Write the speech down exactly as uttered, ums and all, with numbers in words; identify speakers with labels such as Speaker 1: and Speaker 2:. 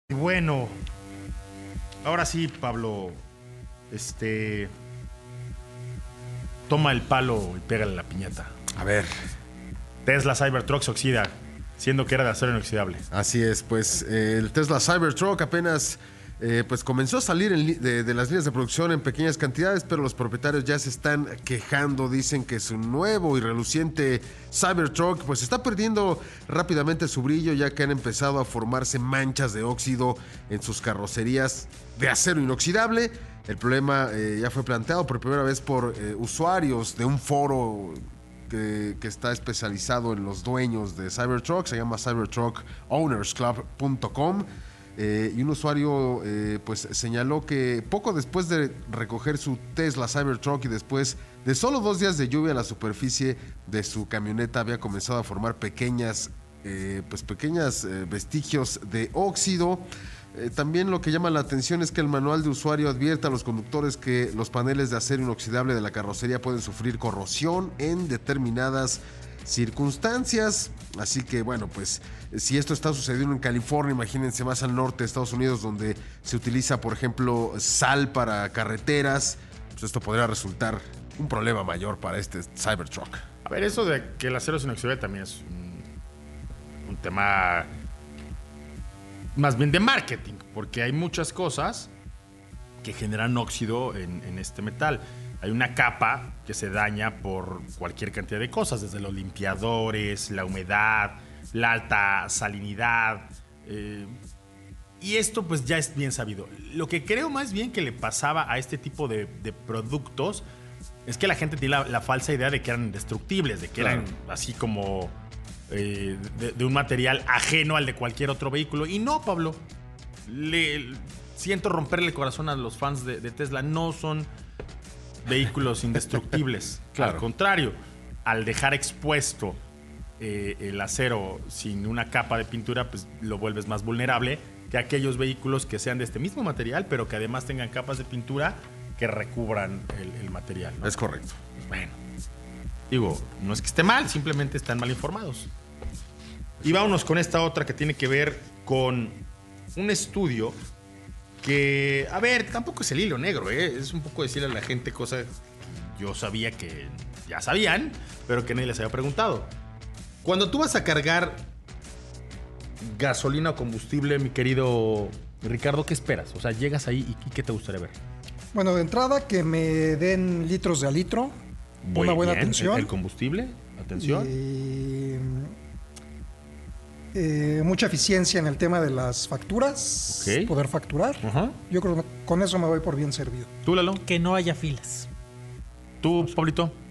Speaker 1: Y bueno, ahora sí, Pablo, este, toma el palo y pégale la piñata.
Speaker 2: A ver.
Speaker 1: Tesla Cybertruck se oxida, siendo que era de acero inoxidable.
Speaker 2: Así es, pues eh, el Tesla Cybertruck apenas eh, pues comenzó a salir en de, de las líneas de producción en pequeñas cantidades, pero los propietarios ya se están quejando. Dicen que su nuevo y reluciente Cybertruck pues está perdiendo rápidamente su brillo, ya que han empezado a formarse manchas de óxido en sus carrocerías de acero inoxidable. El problema eh, ya fue planteado por primera vez por eh, usuarios de un foro Que, que está especializado en los dueños de Cybertruck, se llama cybertruck owners club punto com, eh, y un usuario eh, pues señaló que poco después de recoger su Tesla Cybertruck y después de solo dos días de lluvia, la superficie de su camioneta había comenzado a formar pequeñas eh, pues pequeñas eh, vestigios de óxido. Eh, también lo que llama la atención es que el manual de usuario advierte a los conductores que los paneles de acero inoxidable de la carrocería pueden sufrir corrosión en determinadas circunstancias. Así que bueno, pues si esto está sucediendo en California, imagínense más al norte de Estados Unidos, donde se utiliza, por ejemplo, sal para carreteras. Pues esto podría resultar un problema mayor para este Cybertruck.
Speaker 1: A ver, eso de que el acero es inoxidable también es un, un tema más bien de marketing, porque hay muchas cosas que generan óxido en, en este metal. Hay una capa que se daña por cualquier cantidad de cosas, desde los limpiadores, la humedad, la alta salinidad. Eh, y esto pues ya es bien sabido. Lo que creo más bien que le pasaba a este tipo de, de productos es que la gente tiene la, la falsa idea de que eran indestructibles, de que claro. eran así como eh, de, de un material ajeno al de cualquier otro vehículo. Y no, Pablo. Le, siento romperle el corazón a los fans de, de Tesla. No son vehículos indestructibles. Claro. Al contrario, al dejar expuesto eh, el acero sin una capa de pintura, pues lo vuelves más vulnerable que aquellos vehículos que sean de este mismo material, pero que además tengan capas de pintura que recubran el, el material, ¿no?
Speaker 2: Es correcto.
Speaker 1: Pues bueno, digo, no es que esté mal, simplemente están mal informados. Y vámonos con esta otra que tiene que ver con un estudio que, a ver, tampoco es el hilo negro, ¿eh? Es un poco decirle a la gente cosas que yo sabía que ya sabían, pero que nadie les había preguntado. Cuando tú vas a cargar gasolina o combustible, mi querido Ricardo, ¿qué esperas? O sea, llegas ahí y ¿qué te gustaría ver?
Speaker 3: Bueno, de entrada que me den litros de a litro,
Speaker 1: Muy
Speaker 3: una buena
Speaker 1: bien.
Speaker 3: atención.
Speaker 1: El, el combustible, atención.
Speaker 3: Y, eh, mucha eficiencia en el tema de las facturas,
Speaker 1: Okay.
Speaker 3: poder facturar.
Speaker 1: Ajá.
Speaker 3: Yo creo que con eso me voy por bien servido.
Speaker 1: ¿Tú, Lalo?
Speaker 4: Que no haya filas.
Speaker 1: ¿Tú, Pablito?